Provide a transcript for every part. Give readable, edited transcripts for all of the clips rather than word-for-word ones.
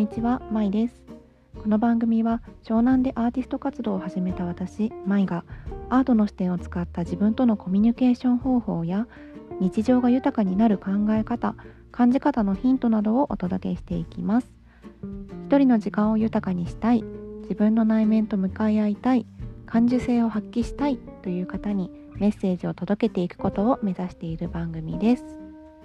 にちは、まいです。この番組は湘南でアーティスト活動を始めた私、まいがアートの視点を使った自分とのコミュニケーション方法や日常が豊かになる考え方、感じ方のヒントなどをお届けしていきます。一人の時間を豊かにしたい、自分の内面と向かい合いたい、感受性を発揮したいという方にメッセージを届けていくことを目指している番組です。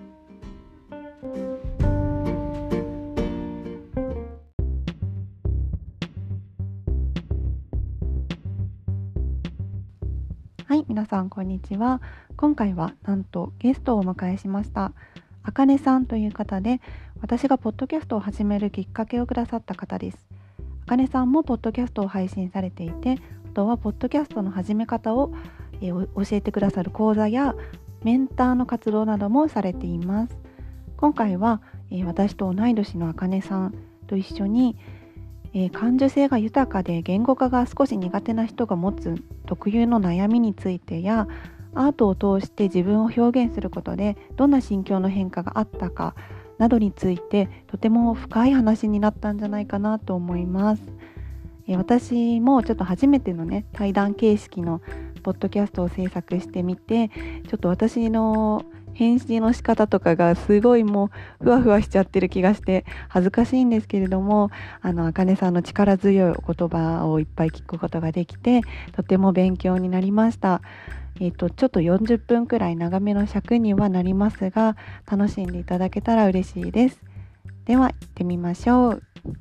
はい、皆さんこんにちは。今回はなんとゲストをお迎えしました。あかねさんという方で、私がポッドキャストを始めるきっかけをくださった方です。あかねさんもポッドキャストを配信されていて、あとはポッドキャストの始め方を、教えてくださる講座やメンターの活動などもされています。今回は、私と同い年のあかねさんと一緒に感受性が豊かで言語化が少し苦手な人が持つ特有の悩みについてや、アートを通して自分を表現することでどんな心境の変化があったかなどについて、とても深い話になったんじゃないかなと思います。私もちょっと初めてのね、対談形式のポッドキャストを制作してみて、ちょっと私の返信の仕方とかがすごいもうふわふわしちゃってる気がして恥ずかしいんですけれども、あかねさんの力強いお言葉をいっぱい聞くことができて、とても勉強になりました。ちょっと40分くらい長めの尺にはなりますが、楽しんでいただけたら嬉しいです。では行ってみましょう。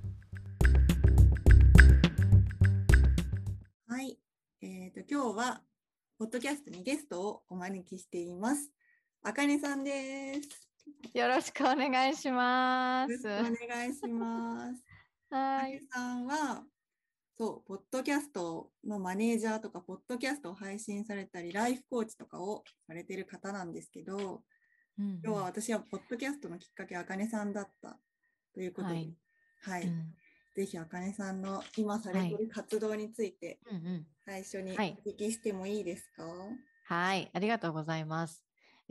はい、今日はポッドキャストにゲストをお招きしています。あかねさんです。 よろしくお願いします。 よろしくお願いします。あかねはい。 さんは、そう、ポッドキャストのマネージャーとか、ポッドキャストを配信されたり、ライフコーチとかをされている方なんですけど、今日は私はポッドキャストのきっかけはあかねさんだったということで、はい。ぜひあかねさんの今されている活動について、最初にお聞きしてもいいですか？ はい、ありがとうございます。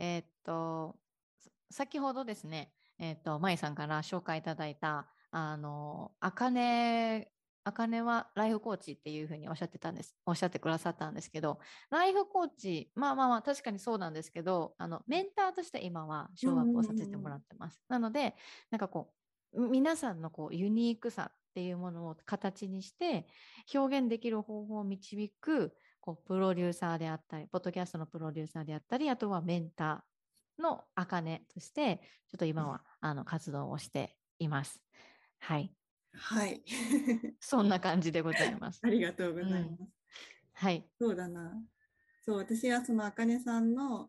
先ほどですね、まいさんから紹介いただいた、あかねはライフコーチっていうふうにおっしゃってくださったんですけど、ライフコーチ、まあ確かにそうなんですけど、メンターとして今はショーアップをさせてもらってます。なので、なんかこう、皆さんのこうユニークさっていうものを形にして表現できる方法を導くこうプロデューサーであったり、ポッドキャストのプロデューサーであったり、あとはメンターのあかねとして、ちょっと今は活動をしています。はい。 はい。 そんな感じでございます。 ありがとうございます。 はい。 そうだな。そう、私はそのあかねさんの、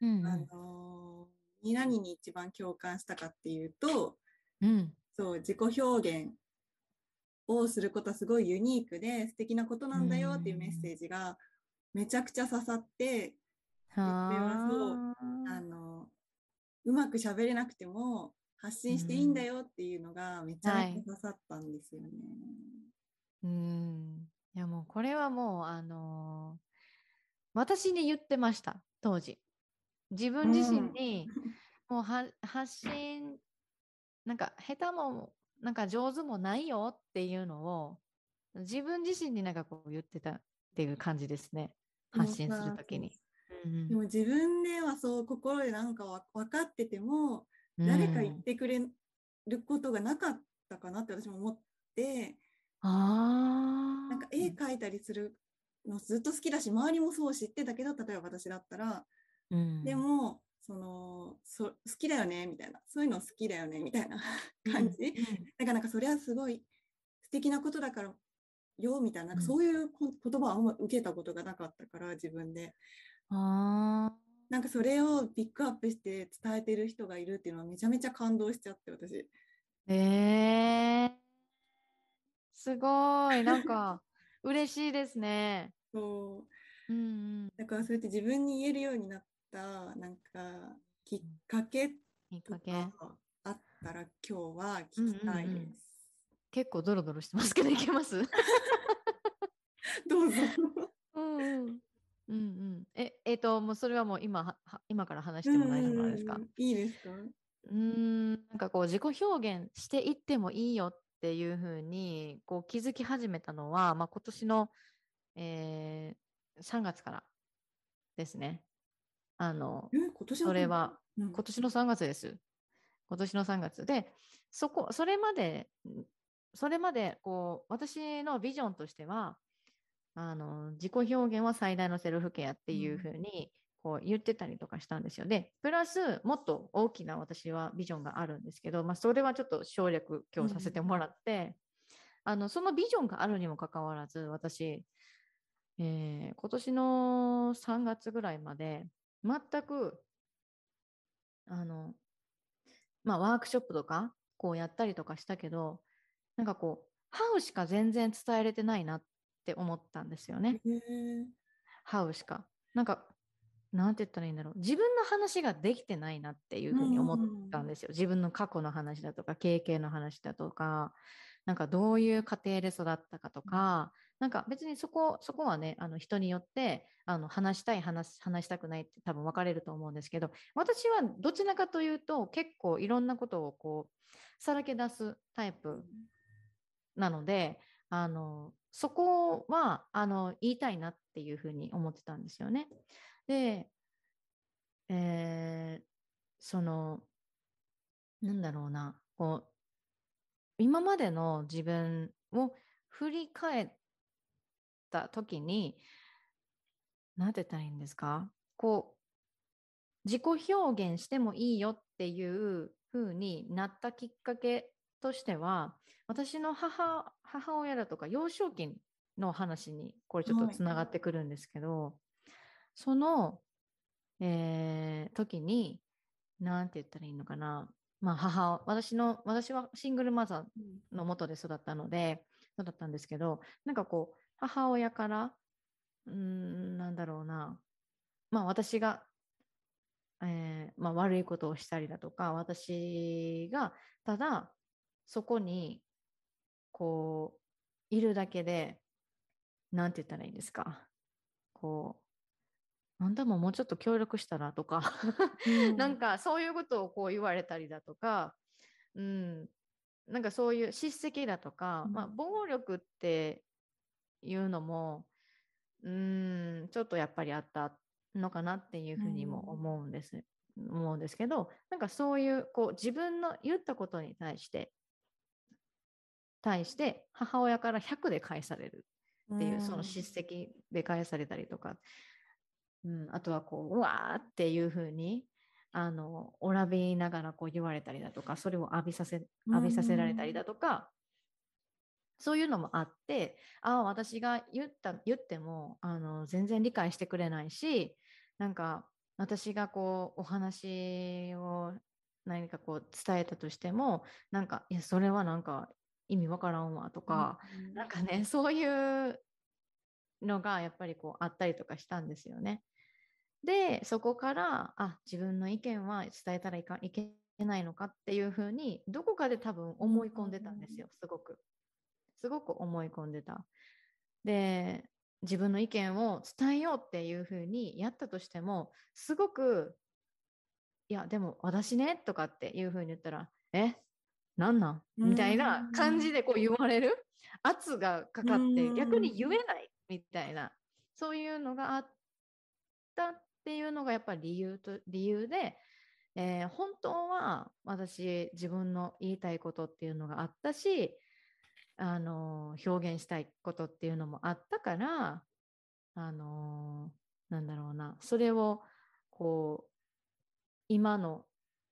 何に一番共感したかっていうと、そう、自己表現をすることはすごいユニークで素敵なことなんだよっていうメッセージがめちゃくちゃ刺さって、これはそう、うまく喋れなくても発信していいんだよっていうのがめちゃめちゃ刺さったんですよね。 いやもうこれはもう私に言ってました、当時。自分自身にもう発信なんか下手もなんか上手もないよっていうのを自分自身になんかこう言ってたっていう感じですね。発信するときに。 でも自分ではそう心でなんか分かってても、誰か言ってくれることがなかったかなって私も思って、なんか絵描いたりするのずっと好きだし、周りもそう知ってたけど、例えば私だったら、でも好きだよねみたいな、そういうの好きだよねみたいな感じ、だからなんかそれはすごい素敵なことだからよみたいな、なんかそういう言葉をあんま受けたことがなかったから、自分でなんかそれをピックアップして伝えてる人がいるっていうのはめちゃめちゃ感動しちゃって、私。 すごいなんか嬉しいですね。 そう、だからそうやって自分に言えるようになったなんかきっかけとかあったら今日は聞きたいです。 結構ドロドロしてますけどいけます？ どうぞ。 もうそれはもう今から話しても大丈夫なんですか？ いいですか？ なんかこう自己表現していってもいいよっっていうふうにこう気づき始めたのは、今年の、3月からですね。 今年のそれは、 うん、 今年の3月です。今年の3月で、それまでこう私のビジョンとしては、自己表現は最大のセルフケアっていうふうにこう言ってたりとかしたんですよ。で、プラスもっと大きな私はビジョンがあるんですけど、それはちょっと省略今日させてもらって、そのビジョンがあるにもかかわらず、私、今年の3月ぐらいまで全くワークショップとかこうやったりとかしたけど、なんかこうハウしか全然伝えれてないなって思ったんですよね。ハウしかなんかなんて言ったらいいんだろう、自分の話ができてないなっていうふうに思ったんですよ。自分の過去の話だとか経験の話だとか、なんかどういう家庭で育ったかとか、なんか別にそこはね、人によって話したい話したくないって多分分かれると思うんですけど、私はどちらかというと結構いろんなことをこうさらけ出すタイプなので、そこは言いたいなっていうふうに思ってたんですよね。で、えーそのなんだろうな、こう今までの自分を振り返った時に、なんて言ったらいいんですか、こう自己表現してもいいよっていう風になったきっかけとしては、私の母親だとか幼少期の話にこれちょっとつながってくるんですけど、その、時になんて言ったらいいのかな、私はシングルマザーの元で育ったので、そうだったんですけど、なんかこう母親からなんだろうな、私が、悪いことをしたりだとか、私がただそこにこういるだけで、なんて言ったらいいんですか、こうあんたももうちょっと協力したらとかなんかそういうことをこう言われたりだとか、うん、なんかそういう叱責だとか、暴力っていうのもちょっとやっぱりあったのかなっていうふうにも思うんですけど、なんかそういうこう自分の言ったことに対して母親から100で返されるっていう、その叱責で返されたりとか、あとはこううわーっていうふうにおらびながらこう言われたりだとか、それを浴びさせられたりだとか、そういうのもあって、私が言っても全然理解してくれないし、なんか私がこうお話を何かこう伝えたとしても、なんかいやそれはなんか意味わからんわとか、なんかね、そういうのがやっぱりこうあったりとかしたんですよね。で、そこから自分の意見は伝えたらいけないのかっていうふうにどこかで多分思い込んでたんですよ。すごく思い込んでた。で、自分の意見を伝えようっていうふうにやったとしても、すごくいやでも私ねとかっていうふうに言ったら、なんなんみたいな感じでこう言われる、圧がかかって逆に言えないみたいな、そういうのがあったっていうのがやっぱり理由で、本当は私自分の言いたいことっていうのがあったし、表現したいことっていうのもあったから、なんだろうな、それをこう今の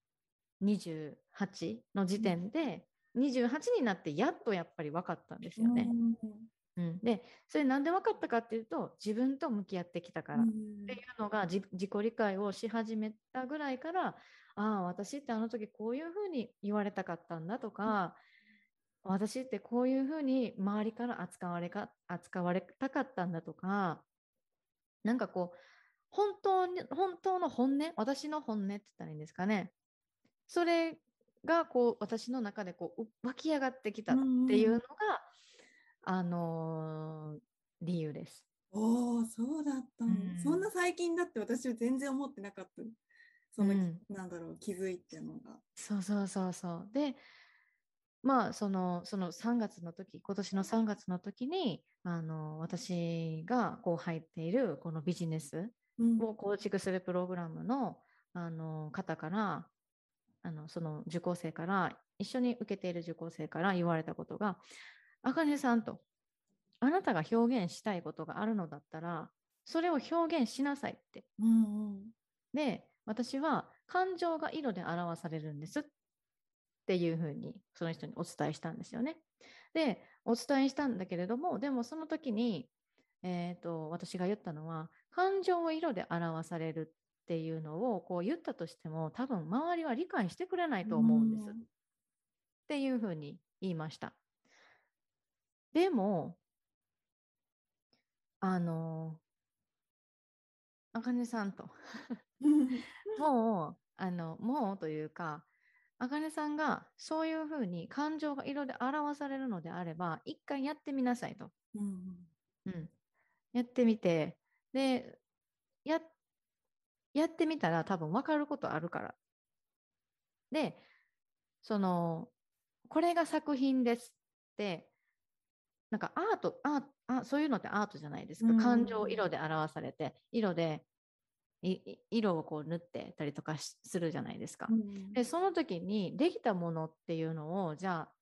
28の時点で、28になってやっとやっぱり分かったんですよね。で、それなんで分かったかっていうと、自分と向き合ってきたからっていうのが自己理解をし始めたぐらいから、私ってあの時こういうふうに言われたかったんだとか、私ってこういうふうに周りから扱われたかったんだとか、なんかこう本当の本音、私の本音って言ったらいいんですかね、それがこう私の中でこう湧き上がってきたっていうのが、理由です。 そうだったそんな最近だって私は全然思ってなかった。その、なんだろう、気づいてのが。 そう。で、 まあその3月の時、今年の3月の時に私がこう入っているこのビジネスを構築するプログラムの、方から、その受講生から、一緒に受けている受講生から言われたことが、あかねさんと、あなたが表現したいことがあるのだったらそれを表現しなさいって、で私は感情が色で表されるんですっていうふうにその人にお伝えしたんですよね。でお伝えしたんだけれども、でもその時に、私が言ったのは、感情を色で表されるっていうのをこう言ったとしても多分周りは理解してくれないと思うんですっていうふうに言いました。でもあかねさんともうというか、あかねさんがそういうふうに感情が色で表されるのであれば一回やってみなさいと、やってみて、でやってみたら多分分かることあるから、でこれが作品ですってなんかアートそういうのってアートじゃないですか。感情を色で表されて、色をこう塗ってたりとかするじゃないですか。でその時にできたものっていうのをじゃあ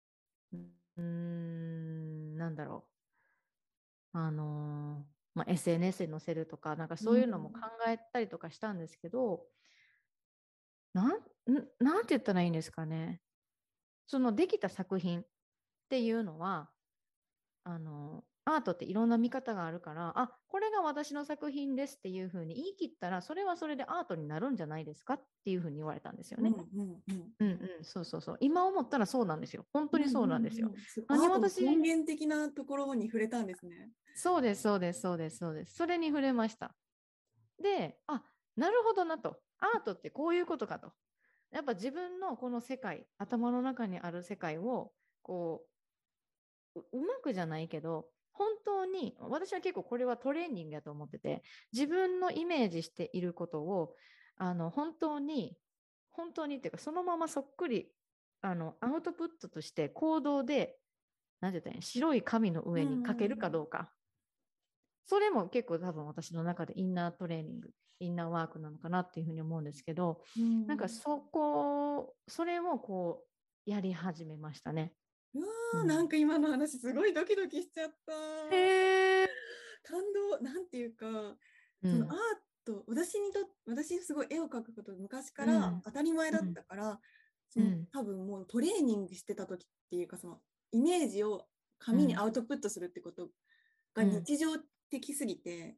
なんだろう、SNS に載せるとか、なんかそういうのも考えたりとかしたんですけど、なんて言ったらいいんですかね。そのできた作品っていうのはアートっていろんな見方があるから、これが私の作品ですっていうふうに言い切ったら、それはそれでアートになるんじゃないですかっていうふうに言われたんですよね。そうそうそう。今思ったらそうなんですよ。本当にそうなんですよ。 何私根源的なところに触れたんですね。 そうです。それに触れました。で、なるほどなと。アートってこういうことかと。やっぱ自分のこの世界、頭の中にある世界をこうまくじゃないけど、本当に私は結構これはトレーニングやと思ってて、自分のイメージしていることを本当にっていうか、そのままそっくりアウトプットとして行動で、なんて言ったらいい、白い紙の上に書けるかどうか、それも結構多分私の中でインナートレーニング、インナーワークなのかなっていうふうに思うんですけど、なんかそれをこうやり始めましたね。 なんか今の話すごいドキドキしちゃった。感動、なんていうか、そのアート、私すごい絵を描くこと昔から当たり前だったから、多分もうトレーニングしてた時っていうか、そのイメージを紙にアウトプットするってことが日常的すぎて、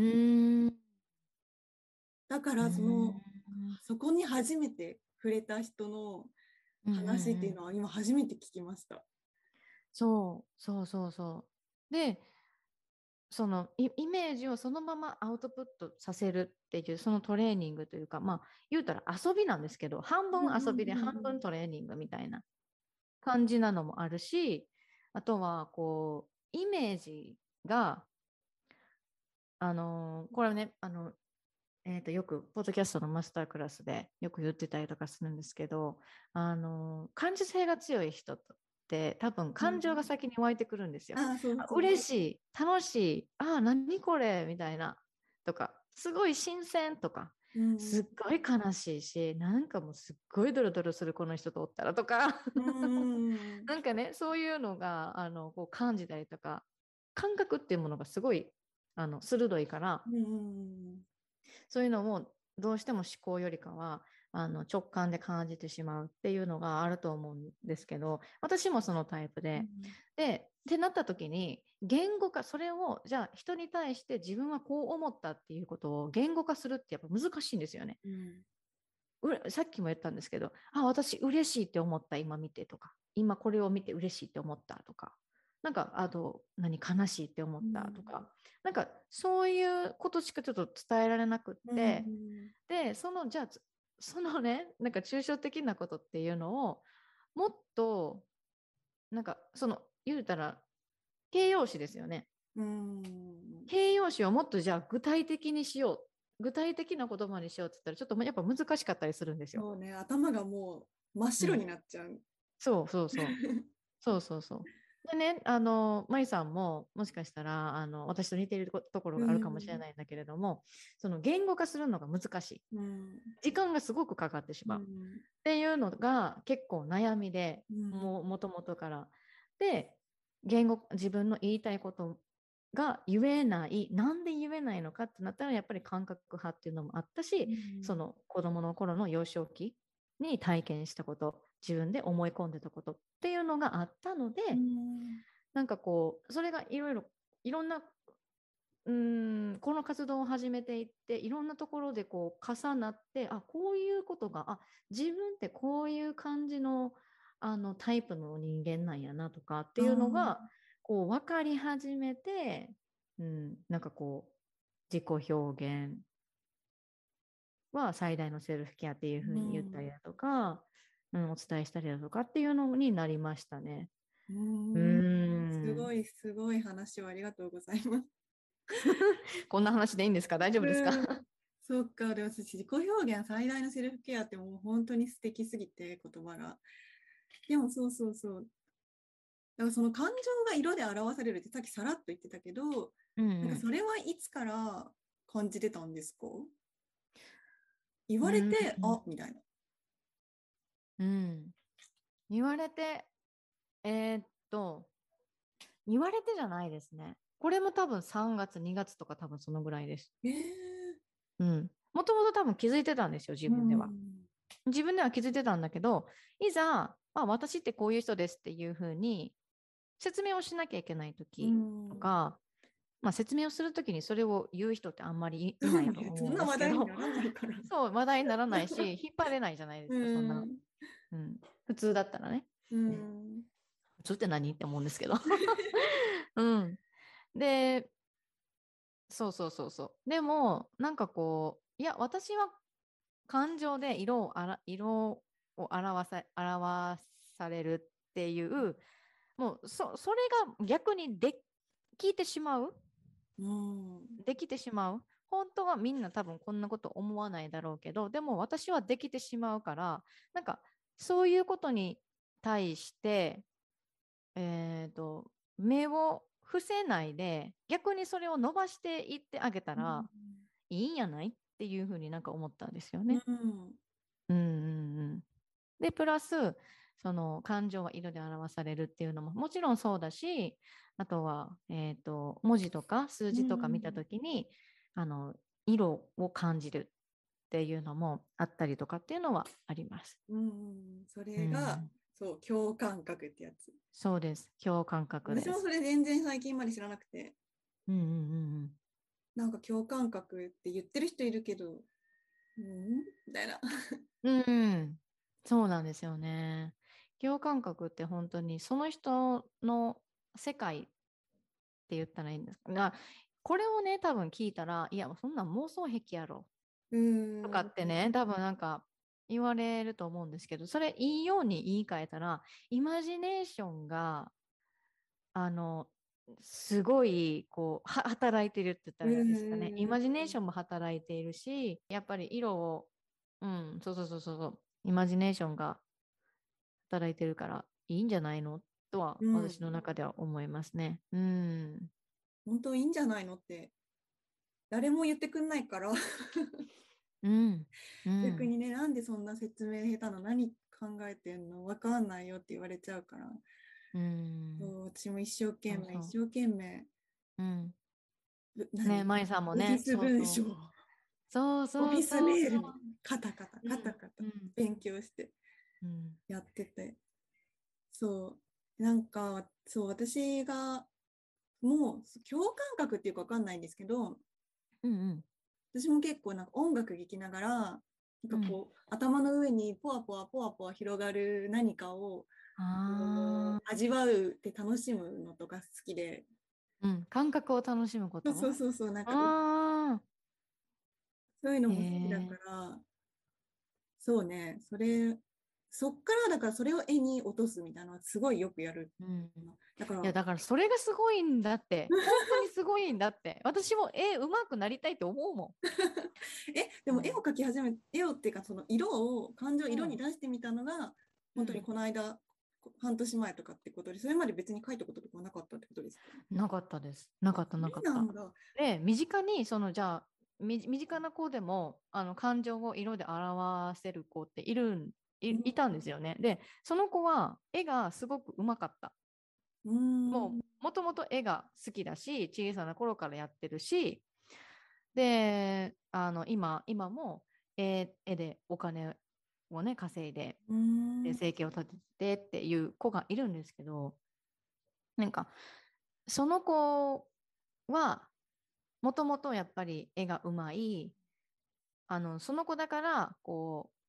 だからそこに初めて触れた人の話っていうのは今初めて聞きました。 そうで、そのイメージをそのままアウトプットさせるっていう、そのトレーニングというか、言うたら遊びなんですけど、半分遊びで半分トレーニングみたいな感じなのもあるし、あとはこうイメージがこれはねよくポッドキャストのマスタークラスでよく言ってたりとかするんですけど、感受性が強い人って多分感情が先に湧いてくるんですよ。嬉しい、楽しい、何これみたいなとか、すごい新鮮とか、すっごい悲しいし、なんかもうすっごいドロドロするこの人とおったらとかなんかね、そういうのがこう感じたりとか、感覚っていうものがすごい鋭いから、そういうのもどうしても思考よりかは直感で感じてしまうっていうのがあると思うんですけど、私もそのタイプで、ってなった時に言語化、それをじゃあ人に対して自分はこう思ったっていうことを言語化するってやっぱ難しいんですよね。さっきも言ったんですけど、私嬉しいって思った今見てとか、今これを見て嬉しいって思ったとか、なんか悲しいって思ったとか、なんかそういうことしかちょっと伝えられなくって、でじゃあそのね、なんか抽象的なことっていうのをもっとなんか言うたら形容詞ですよね。形容詞をもっとじゃあ具体的にしよう、具体的な言葉にしようって言ったらちょっとやっぱ難しかったりするんですよ。 そうね、頭がもう真っ白になっちゃう。 そうそうそう。そうそうそう。でね、まゆさんももしかしたら私と似ているところがあるかもしれないんだけれども、その言語化するのが難しい。時間がすごくかかってしまう。っていうのが結構悩みで、もともとから。で、自分の言いたいことが言えない、なんで言えないのかってなったらやっぱり感覚派っていうのもあったし、その子供の頃の幼少期に体験したこと、自分で思い込んでたことっていうのがあったので、なんかこうそれがいろんなこの活動を始めていっていろんなところでこう重なって、こういうことが自分ってこういう感じのタイプの人間なんやなとかっていうのがこう分かり始めて、なんかこう自己表現は最大のセルフケアっていうふうに言ったりだとか、お伝えしたりだとかっていうのになりましたね。 すごいすごい話をありがとうございます。 こんな話でいいんですか？大丈夫ですか？ そっか。でも私、自己表現最大のセルフケアってもう本当に素敵すぎて、言葉が。でもそうそうそう。だからその感情が色で表されるってさっきさらっと言ってたけど、なんかそれはいつから感じてたんですか？言われて、みたいな。 言われて、言われてじゃないですね。これも多分3月、2月とか多分そのぐらいです。もともと多分気づいてたんですよ、自分では。自分では気づいてたんだけど、いざ、私ってこういう人ですっていうふうに説明をしなきゃいけない時とか、説明をする時にそれを言う人ってあんまりいないと思うんですけど、そんな話題にならないから。そう、話題にならないし、引っ張れないじゃないですか、そんな。普通だったらね。普通って何って思うんですけど。で、そうそうそうそう。でも、なんかこう、いや、私は感情で色を表されるっていう、もうそれが逆にできてしまう。できてしまう。本当はみんな多分こんなこと思わないだろうけど、でも私はできてしまうから、なんかそういうことに対して、目を伏せないで逆にそれを伸ばしていってあげたらいいんやないっていうふうになんか思ったんですよね。でプラスその感情は色で表されるっていうのももちろんそうだし、あとは、文字とか数字とか見た時に、色を感じるっていうのもあったりとかっていうのはあります。 それが、そう共感覚ってやつ。 そうです、共感覚です。 私もそれ全然最近まで知らなくて、なんか共感覚って言ってる人いるけど、みたいな。 そうなんですよね。共感覚って本当にその人の世界って言ったらいいんですか。これをね多分聞いたら、いやそんなん妄想癖やろとかってね多分なんか言われると思うんですけど、それいいように言い換えたらイマジネーションがすごいこう働いてるって言ったらいいですかね。イマジネーションも働いているし、やっぱり色をそうイマジネーションが働いてるからいいんじゃないのとは私の中では思いますね。 本当いいんじゃないのって誰も言ってくんないから逆にね、なんでそんな説明下手な何考えてんの分かんないよって言われちゃうから、そう私も一生懸命ね、まゆさんもね、 オフィス文章オフィスメールにカタカタ勉強してやってて、そうなんかそう私がもう共感覚っていうか分かんないんですけど、私も結構なんか音楽聴きながらなんかこう、頭の上にポワポワポワポワ広がる何かを味わうって楽しむのとか好きで、 感覚を楽しむこと。 そうなんかそういうのも好きだから、そうね、そっからだからそれを絵に落とすみたいなのはすごいよくやる。 だからそれがすごいんだって本当にすごいんだって私もうまくなりたいと思うもんでも絵を描き始め絵をっていうかその感情を色に出してみたのが、本当にこの間半年前とかってことで、それまで別に書いたこととかはなかったってことですか？ なかったです。なかった。 そうなんだ。 で、身近にじゃあ身近な子でも感情を色で表せる子っていたんですよね。で、その子は絵がすごくうまかった。もともと絵が好きだし、小さな頃からやってるし、で、今も絵でお金をね、稼いで、生計を立ててっていう子がいるんですけど、なんか、その子は、もともとやっぱり絵がうまい、その子だから、こう、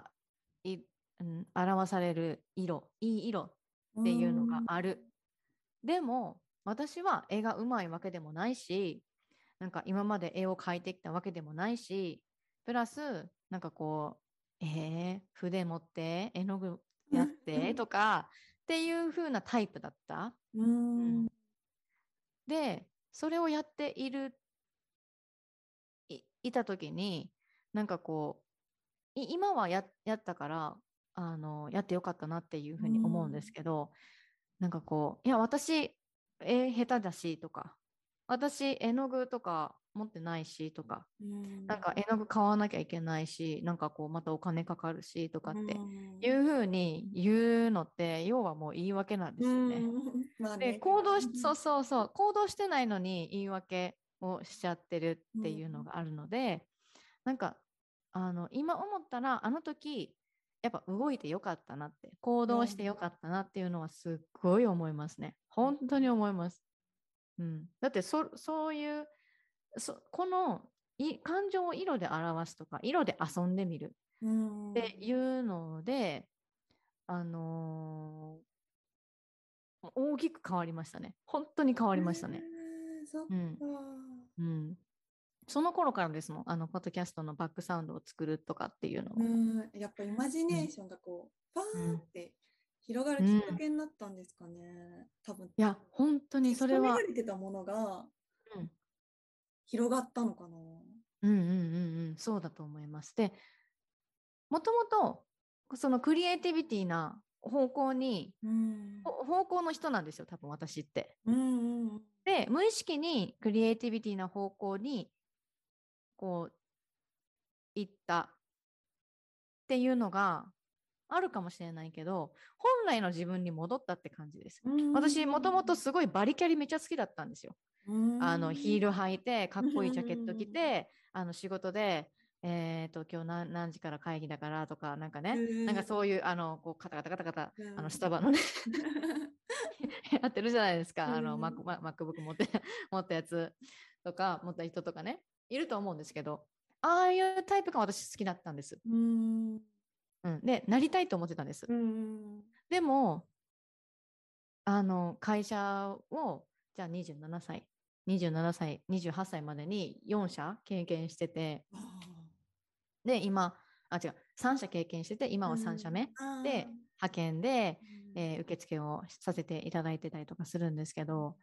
表される色、いい色っていうのがある。でも、私は絵がうまいわけでもないし、なんか今まで絵を描いてきたわけでもないし、プラス、なんかこう、筆持って絵の具やってとかっていう風なタイプだった。で、それをやっていた時に、なんかこう、今はやったから、やってよかったなっていうふうに思うんですけど、なんかこう、いや、私、下手だしとか、私、絵の具とか持ってないしとか、なんか絵の具買わなきゃいけないし、なんかこう、またお金かかるしとかっていうふうに言うのって、要はもう言い訳なんですよね。で、行動してないのに言い訳をしちゃってるっていうのがあるので、なんか、今思ったら、あの時、やっぱ動いてよかったなって、行動してよかったなっていうのはすっごい思いますね。本当に思います。だってそういう、この感情を色で表すとか、色で遊んでみるっていうので、大きく変わりましたね。本当に変わりましたね。 そっか。 その頃からですもん、ポッドキャストのバックサウンドを作るとかっていうのを。 やっぱイマジネーションがこう、パーンって広がるきっかけになったんですかね。多分。いや、本当にそれは。 閉じ込められてたものが広がったのかな。 そうだと思います。で、もともと、そのクリエイティビティな方向の人なんですよ、多分私って。で、無意識にクリエイティビティな方向にこう行ったっていうのがあるかもしれないけど、本来の自分に戻ったって感じです。私、もともとすごいバリキャリめっちゃ好きだったんですよ。ヒール履いて、かっこいいジャケット着て、仕事で、今日何時から会議だからとか、なんかね、なんかそういう、こうカタカタカタカタ、スタバのね、やってるじゃないですか、MacBook 持ったやつとか、持った人とかね、いると思うんですけど、ああいうタイプが私好きだったんです。で、なりたいと思ってたんです。でも、会社を、じゃあ27歳、28歳までに4社経験してて、で、今、違う、3社経験してて、今は3社目で、派遣で、受付をさせていただいてたりとかするんですけど、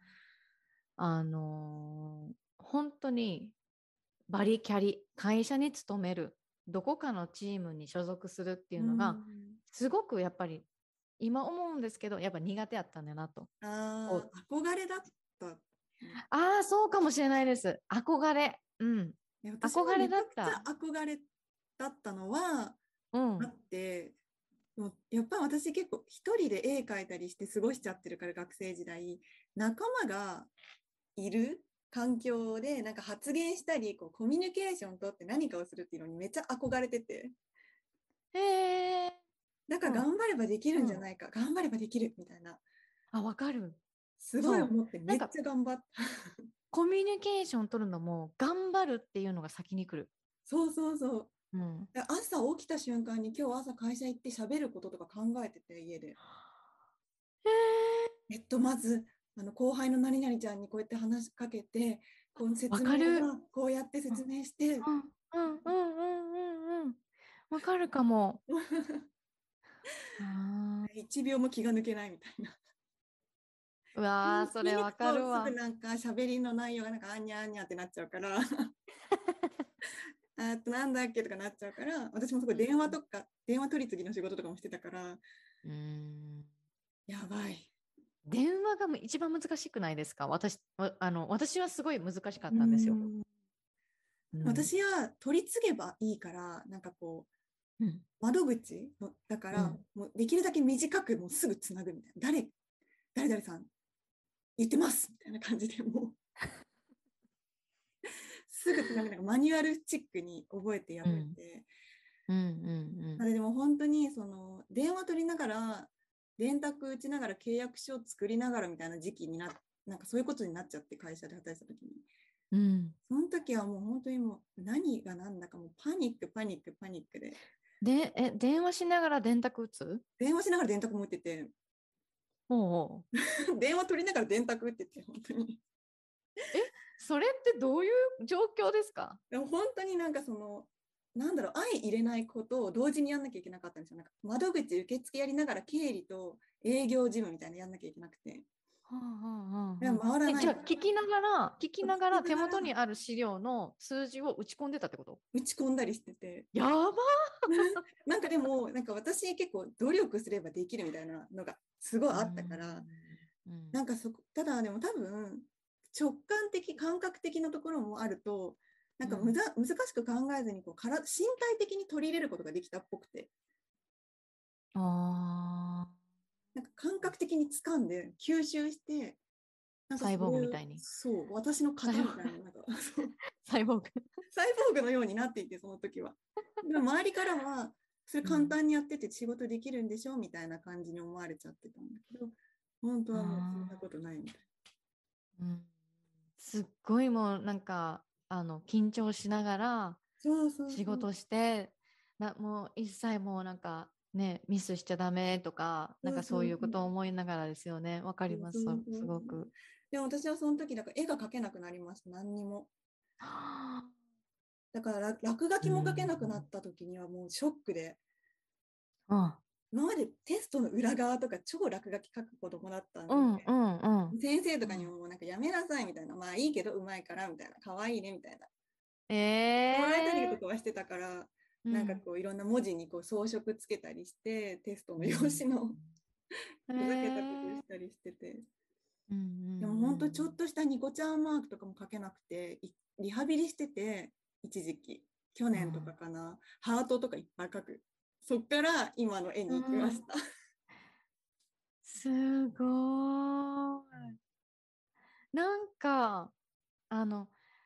本当にバリキャリ、会社に勤める、どこかのチームに所属するっていうのが、すごくやっぱり、今思うんですけど、やっぱ苦手やったんだなと。 憧れだった。 そうかもしれないです。憧れ。 憧れだった。憧れだったのは、あって、やっぱ私結構一人で絵描いたりして過ごしちゃってるから、学生時代、仲間がいる環境でなんか発言したりこうコミュニケーションとって何かをするっていうのにめっちゃ憧れてて、なんか頑張ればできるんじゃないか、頑張ればできるみたいな。 わかる。 すごい思ってめっちゃ頑張った。 コミュニケーション取るのも頑張るっていうのが先に来る。 そうそうそう。朝起きた瞬間に今日朝会社行って喋ることとか考えてて、家で。まず後輩の何々ちゃんにこうやって話しかけて、この説明はこうやって説明して。 わかるかも。 1秒も気が抜けないみたいな。 うわー、それわかるわ。 すぐなんか喋りの内容がなんかあんにゃあんにゃってなっちゃうからなんだっけとかなっちゃうから、私もすごい電話取り次ぎの仕事とかもしてたから、 やばい。 電話が一番難しくないですか？私はすごい難しかったんですよ。 うん私は取り次げばいいから、なんかこう、窓口のだから、もうできるだけ短くもうすぐつなぐみたいな。誰々さん言ってますみたいな感じでもうすぐつなぐ、なんかマニュアルチックに覚えてやってて、あれでも本当にその電話取りながら電卓打ちながら契約書を作りながらみたいな時期になんかそういうことになっちゃって、会社で働いてた時に、その時はもう本当にもう何が何だかもうパニックで電話しながら電卓打つ？ 電話しながら電卓も打ってて電話取りながら電卓打ってて、本当にそれってどういう状況ですか？ でも本当になんかそのなんだろう、相入れないことを同時にやんなきゃいけなかったんですよ。なんか窓口受付やりながら経理と営業事務みたいなのやんなきゃいけなくて、回らない。 じゃあ聞きながら手元にある資料の数字を打ち込んでたってこと？ 打ち込んだりしてて、 やばなんかでもなんか私結構努力すればできるみたいなのがすごいあったから、なんかただでも多分直感的感覚的なところもあると、なんか難しく考えずにこう身体的に取り入れることができたっぽくて、なんか感覚的に掴んで吸収して、なんかサイボーグみたいに、 そう私の型みたいな、なんかサイボーグのようになっていて、その時は。でも周りからはそれ簡単にやってて仕事できるんでしょみたいな感じに思われちゃってたんだけど、本当はもうそんなことないみたいな。すっごいもうなんか緊張しながら仕事してもう一切もうなんかねミスしちゃダメとか、なんかそういうことを思いながらですよね。わかります、すごく。 でも私はその時だから絵が描けなくなりました、何にも。だから落書きも描けなくなった時にはもうショックで、今までテストの裏側とか超落書き書く子供だったんで、先生とかにもなんかやめなさいみたいな、まあいいけどうまいからみたいな、可愛いねみたいな、もらえたりとかはしてたから、なんかこういろんな文字にこう装飾つけたりしてテストの用紙のふざけたことしたりしてて、でも本当ちょっとしたニコちゃんマークとかも書けなくて、リハビリしてて、一時期去年とかかな、ハートとかいっぱい書く。そっから今の絵に行きました。 すごい。なんか魔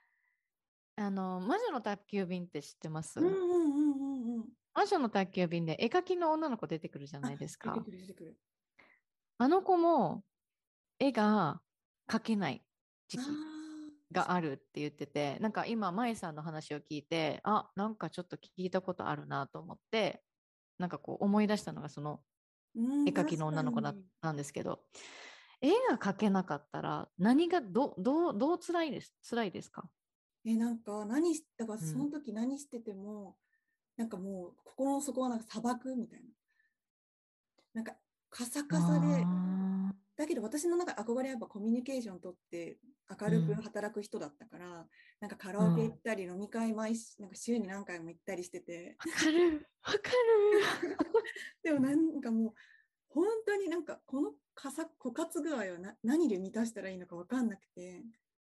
女の宅急便って知ってます？魔女の宅急便で絵描きの女の子出てくるじゃないですか。 出てくる。 あの子も絵が描けない時期があるって言ってて、なんか今舞さんの話を聞いて、なんかちょっと聞いたことあるなと思って、なんかこう思い出したのがその絵描きの女の子なんですけど、絵が描けなかったら何がどう辛いですか？ なんかだからその時何してても、なんかもう心の底はなんか砂漠みたいな、なんかカサカサで、だけど私の中で憧れはやっぱコミュニケーションとって明るく働く人だったから、なんかカラオケ行ったり飲み会なんか週に何回も行ったりしてて、 わかるでもなんかもう本当になんかこの枯渇具合は何で満たしたらいいのか分かんなくて、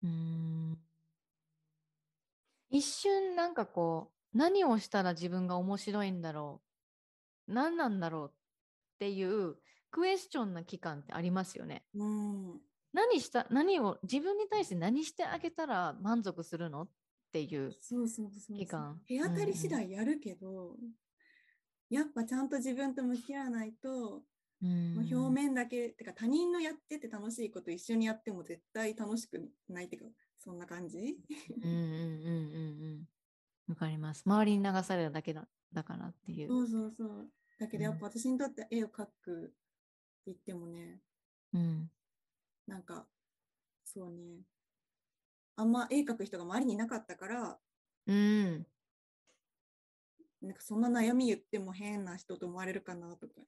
一瞬なんかこう何をしたら自分が面白いんだろう、何なんだろうっていうクエスチョンな期間ってありますよね。何を自分に対して何してあげたら満足するのっていう期間。 手当たり次第やるけど、やっぱちゃんと自分と向き合わないと、表面だけてか他人のやってて楽しいこと一緒にやっても絶対楽しくないっていうか、そんな感じ。 わかります。周りに流されるだけだからっていう。 そうだけどやっぱ私にとって絵を描くって言ってもね、なんかそうね、あんま絵描く人が周りにいなかったから、なんかそんな悩み言っても変な人と思われるかなとか。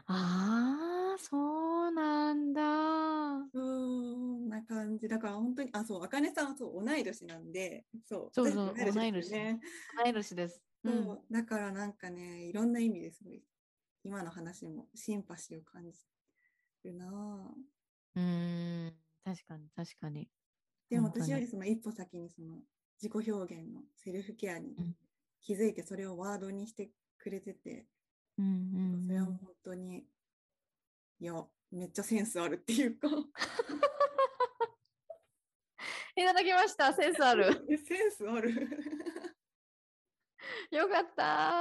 そうなんだ。 そんな感じだから本当に、そう、あかねさんはそう同い年なんで、 そう同い年ですね。 同い年です。 そうだからなんかね、いろんな意味ですごい今の話もシンパシーを感じるな。 確かに確かに。 でも私よりその一歩先にその自己表現のセルフケアに気づいて、それをワードにしてくれてて、それはもう本当に、いや、めっちゃセンスあるっていうかいただきました。センスある。 センスあるよかった。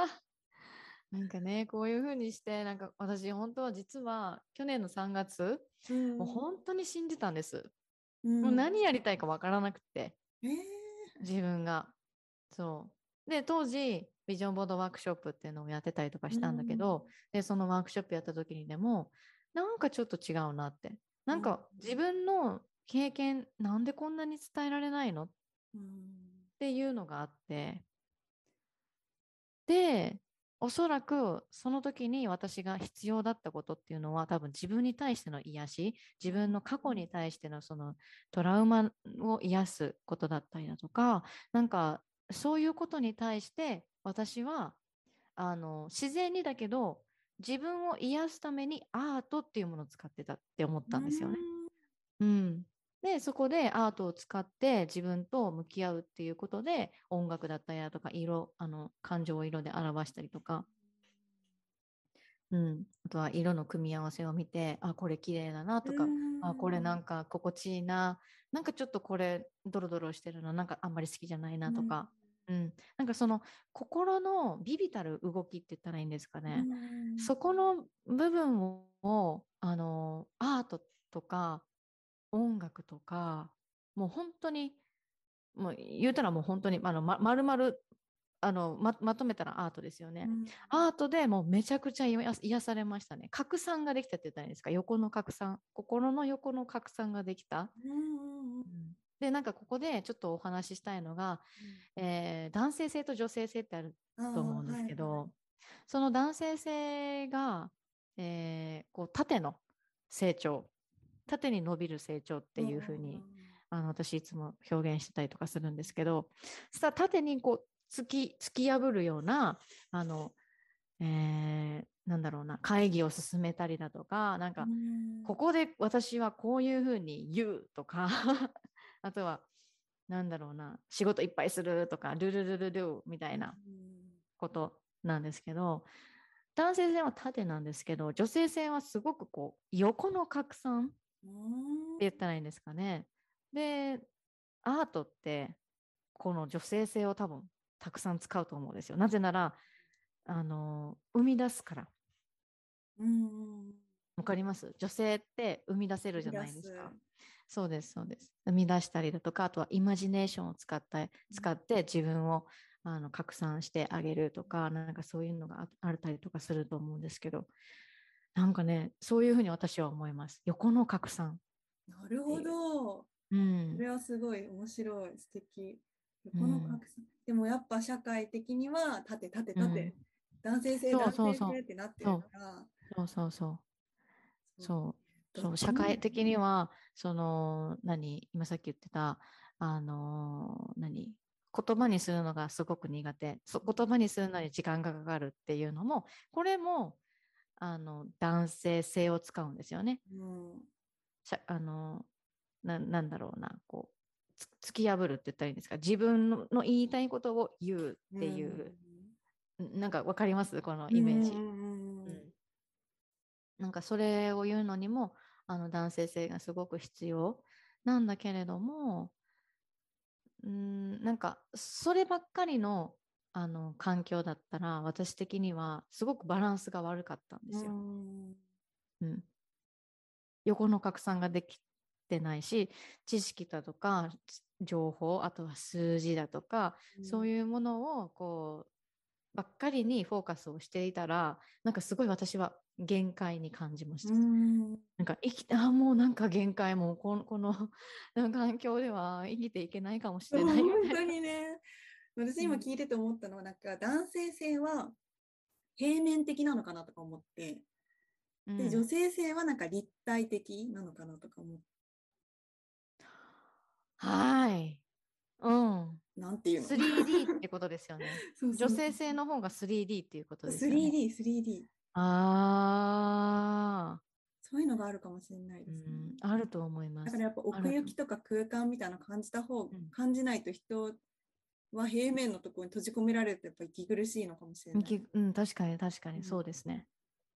なんかね、こういう風にして、なんか私、本当は実は去年の3月、もう本当に信じたんです。もう何やりたいかわからなくて、自分が。そう。で、当時、ビジョンボードワークショップっていうのをやってたりとかしたんだけど、で、そのワークショップやった時にでも、なんかちょっと違うなって。なんか自分の経験、なんでこんなに伝えられないのっていうのがあって、で、おそらくその時に私が必要だったことっていうのは多分自分に対しての癒し、自分の過去に対してのそのトラウマを癒すことだったりだとか、なんかそういうことに対して私は自然にだけど自分を癒すためにアートっていうものを使ってたって思ったんですよね。で、そこでアートを使って自分と向き合うっていうことで音楽だったりだとか感情を色で表したりとか、あとは色の組み合わせを見て、あ、これ綺麗だなとか、あ、これなんか心地いいな、なんかちょっとこれドロドロしてるのなんかあんまり好きじゃないなとか、なんかその心のビビたる動きって言ったらいいんですかね、そこの部分をアートとか音楽とか、もう本当にもう言うたらもう本当に丸々まとめたらアートですよね。アートでもうめちゃくちゃ癒されましたね。拡散ができたって言ったらいいんですか、横の拡散、心の横の拡散ができた。で、なんかここでちょっとお話ししたいのが、男性性と女性性ってあると思うんですけど、その男性性が、こう縦の成長、縦に伸びる成長っていうふうに、私いつも表現してたりとかするんですけど、さ縦にこう突き破るようななんだろうな、会議を進めたりだとか、なんかここで私はこういうふうに言うとかあとはなんだろうな、仕事いっぱいするとかルルルルルみたいなことなんですけど、男性性は縦なんですけど、女性性はすごくこう横の拡散って言ったらいいんですかね。で、アートってこの女性性を多分たくさん使うと思うんですよ。なぜなら生み出すから。わかります？女性って生み出せるじゃないですか。そうですそうです。生み出したりだとか、あとはイマジネーションを使って自分を拡散してあげるとか、なんかそういうのがあったりとかすると思うんですけど、なんかね、そういうふうに私は思います。横の拡散。 なるほど。それはすごい面白い、素敵。横の拡散。でもやっぱ社会的には縦、男性性、男性性ってなってるから。 そう、社会的には、今さっき言ってた、言葉にするのがすごく苦手。言葉にするのに時間がかかるっていうのも、これも、男性性を使うんですよね。なんだろうな、こう、突き破るって言ったらいいんですか、自分の言いたいことを言うっていう、なんかわかります？このイメージ。なんかそれを言うのにも男性性がすごく必要なんだけれども、なんかそればっかりの環境だったら私的にはすごくバランスが悪かったんですよ。横の拡散ができてないし、知識だとか情報、あとは数字だとか、そういうものをこうばっかりにフォーカスをしていたら、なんかすごい私は限界に感じました。なんかもうなんか限界、もうこの環境では生きていけないかもしれないみたいな。 本当にね。私今聞いてて思ったのは、なんか男性性は平面的なのかなとか思って、で女性性はなんか立体的なのかなとか思って。 はい。 なんていうの 3D ってことですよね。女性性の方が 3D っていうことですよね。 3D。 そういうのがあるかもしれないですね。 あると思います。 だからやっぱ奥行きとか空間みたいなの感じないと人は平面のところに閉じ込められるとやっぱ息苦しいのかもしれない。 確かに確かにそうですね。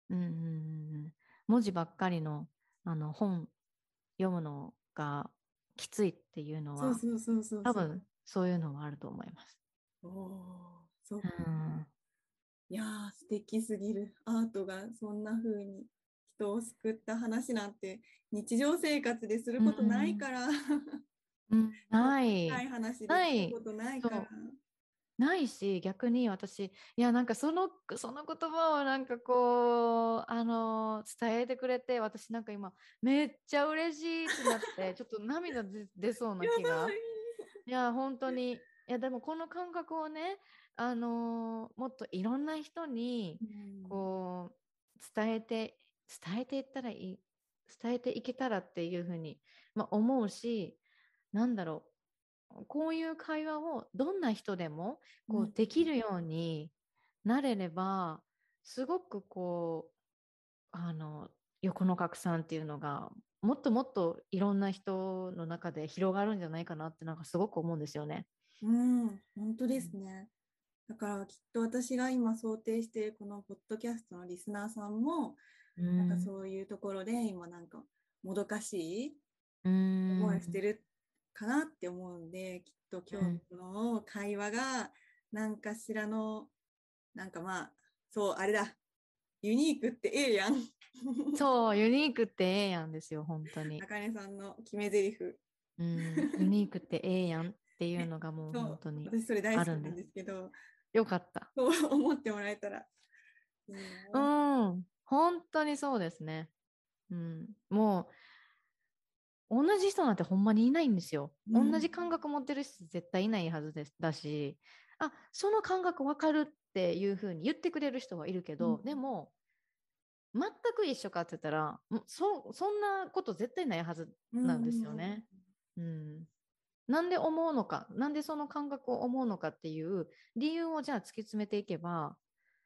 文字ばっかりの、本読むのがきついっていうのは、多分そういうのはあると思います。 そうか。いやー、素敵すぎる。アートがそんな風に人を救った話なんて日常生活ですることないから。 ない。 話できることないから。 ないし、逆に私、いや、なんかその言葉をなんかこう、伝えてくれて、私なんか今、めっちゃ嬉しいってなって、ちょっと涙出そうな気が。いや、本当に。いや、でもこの感覚をね、もっといろんな人に、こう、伝えていったらいい、伝えていけたらっていうふうに、思うし、なんだろう。こういう会話をどんな人でもこうできるようになれれば、すごくこう横の拡散っていうのがもっともっといろんな人の中で広がるんじゃないかなってなんかすごく思うんですよね。 本当ですね。だからきっと私が今想定しているこのポッドキャストのリスナーさんも、なんかそういうところで今なんかもどかしい思いしてるかなって思うんで、きっと今日の会話が何かしらの、なんかそう、あれだ、ユニークってええやん。 そう、ユニークってええやんですよ、本当に。 あかねさんの決め台詞。 ユニークってええやんっていうのがもう本当に私それ大好きなんですけど、 よかった。 そう思ってもらえたらいいな。本当にそうですね。もう同じ人なんてほんまにいないんですよ。同じ感覚持ってる人絶対いないはずだし、その感覚わかるっていうふうに言ってくれる人はいるけど、でも全く一緒かって言ったらそんなこと絶対ないはずなんですよね。なんで思うのか、なんでその感覚を思うのかっていう理由をじゃあ突き詰めていけば、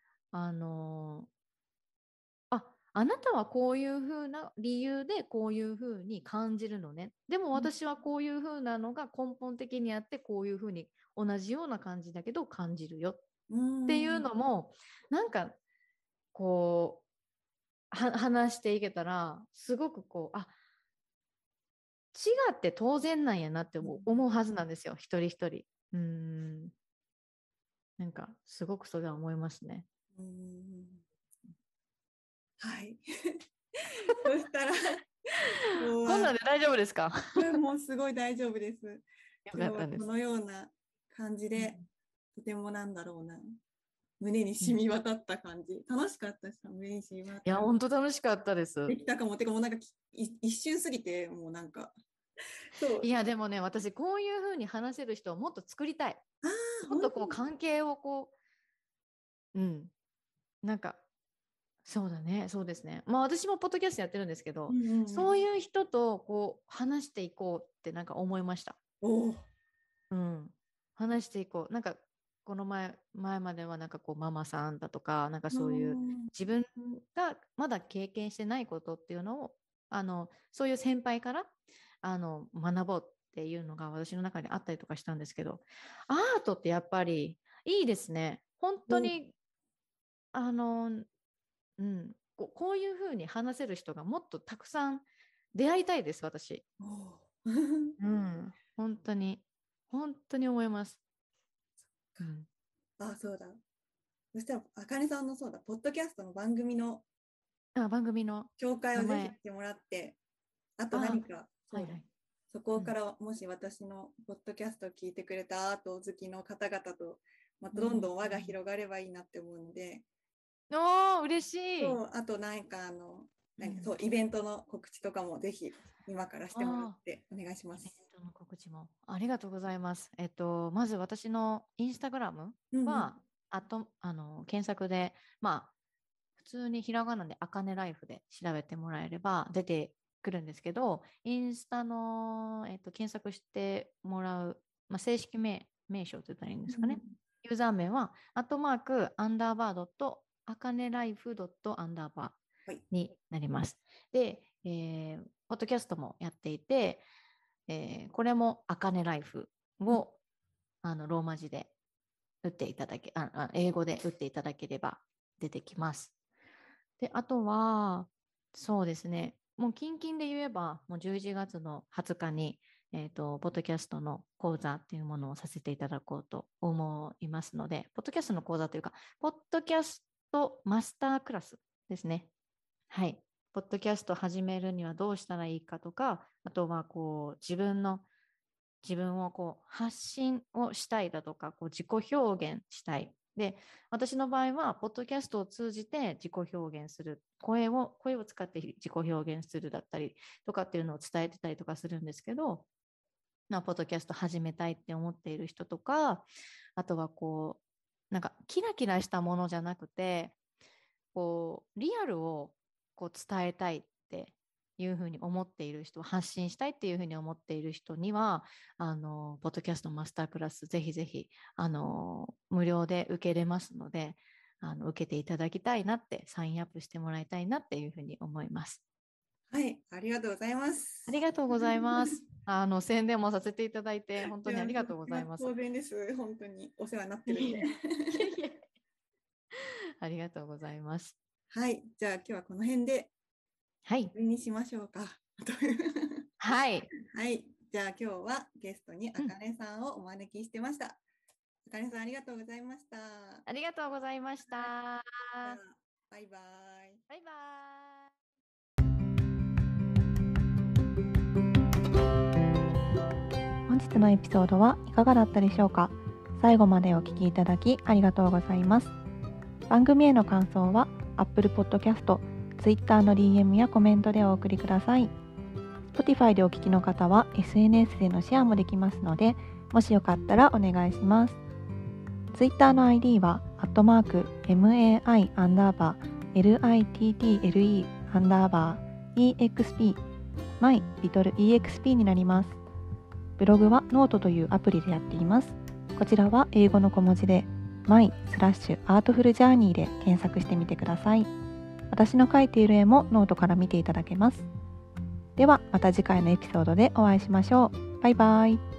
あなたはこういうふうな理由でこういうふうに感じるのね。でも私はこういうふうなのが根本的にあってこういうふうに同じような感じだけど感じるよっていうのもなんかこう話していけたらすごくこう違って当然なんやなって思うはずなんですよ、一人一人。なんかすごくそれは思いますね。 はい。そしたらこんなんで大丈夫ですか？ もうすごい大丈夫です。今日はこのような感じで、とてもなんだろうな、胸に染み渡った感じ。楽しかったし、胸に染み渡った。 いや、本当楽しかったです。 できたかも。てかもうなんか一瞬過ぎて、もうなんか。 いや、でもね、私こういうふうに話せる人をもっと作りたい。もっとこう関係をこう、なんか、そうだね、そうですね。私もポッドキャストやってるんですけど、そういう人とこう話していこうってなんか思いました。話していこう。なんかこの前まではなんかこうママさんだとか、なんかそういう自分がまだ経験してないことっていうのをそういう先輩から学ぼうっていうのが私の中にあったりとかしたんですけど、アートってやっぱりいいですね。本当にこういうふうに話せる人がもっとたくさん出会いたいです、私。本当に思います。 そうだ。そしたら、あかねさんのそうだ、ポッドキャストの番組の紹介をぜひしてもらって、あと何か、そこからもし私のポッドキャストを聞いてくれたアート好きの方々と、またどんどん輪が広がればいいなって思うので、 嬉しい。 あとなんかそうイベントの告知とかもぜひ今からしてもらってお願いします。 イベントの告知もありがとうございます。まず私のインスタグラムは、検索で普通にひらがなであかねライフで調べてもらえれば出てくるんですけど、インスタの、検索してもらう、正式名称と言ったらいいんですかね。ユーザー名はアットマークアンダーバードットあかねライフドットアンダーバになります。で、ポッドキャストもやっていて、これもあかねライフをローマ字で打っていただけ、英語で打っていただければ出てきます。で、あとは、そうですね、もう近々で言えば、もう11月の20日に、ポッドキャストの講座っていうものをさせていただこうと思いますので、ポッドキャストの講座というか、ポッドキャストマスタークラスですね。はい。ポッドキャスト始めるにはどうしたらいいかとか、あとはこう自分をこう発信をしたいだとか、こう自己表現したい。で、私の場合は、ポッドキャストを通じて自己表現する。声を使って自己表現するだったりとかっていうのを伝えてたりとかするんですけど、ポッドキャスト始めたいって思っている人とか、あとはこう、なんかキラキラしたものじゃなくて、こうリアルをこう伝えたいっていうふうに思っている人、発信したいっていうふうに思っている人には、ポッドキャストマスタークラスぜひぜひ無料で受けれますので、受けていただきたいなって、サインアップしてもらいたいなっていうふうに思います。 はい、ありがとうございます。 ありがとうございます。宣伝もさせていただいて本当にありがとうございます。 当然です。本当にお世話になってるんで。 ありがとうございます。 はい、じゃあ今日はこの辺で終わりにしましょうか。 はい。 はい、じゃあ今日はゲストにあかねさんをお招きしてました。あかねさんありがとうございました。 ありがとうございました。 バイバイ。 バイバイ。 本日のエピソードはいかがだったでしょうか。最後までお聞きいただきありがとうございます。番組への感想は Apple Podcast、Twitter の DM やコメントでお送りください。Spotify でお聞きの方は SNS でのシェアもできますので、もしよかったらお願いします。Twitter の ID は@MAI_LITTLE_EXP My Little EXP になります。ブログはノートというアプリでやっています。こちらは英語の小文字で My/Artful Journey で検索してみてください。私の描いている絵もノートから見ていただけます。ではまた次回のエピソードでお会いしましょう。バイバイ。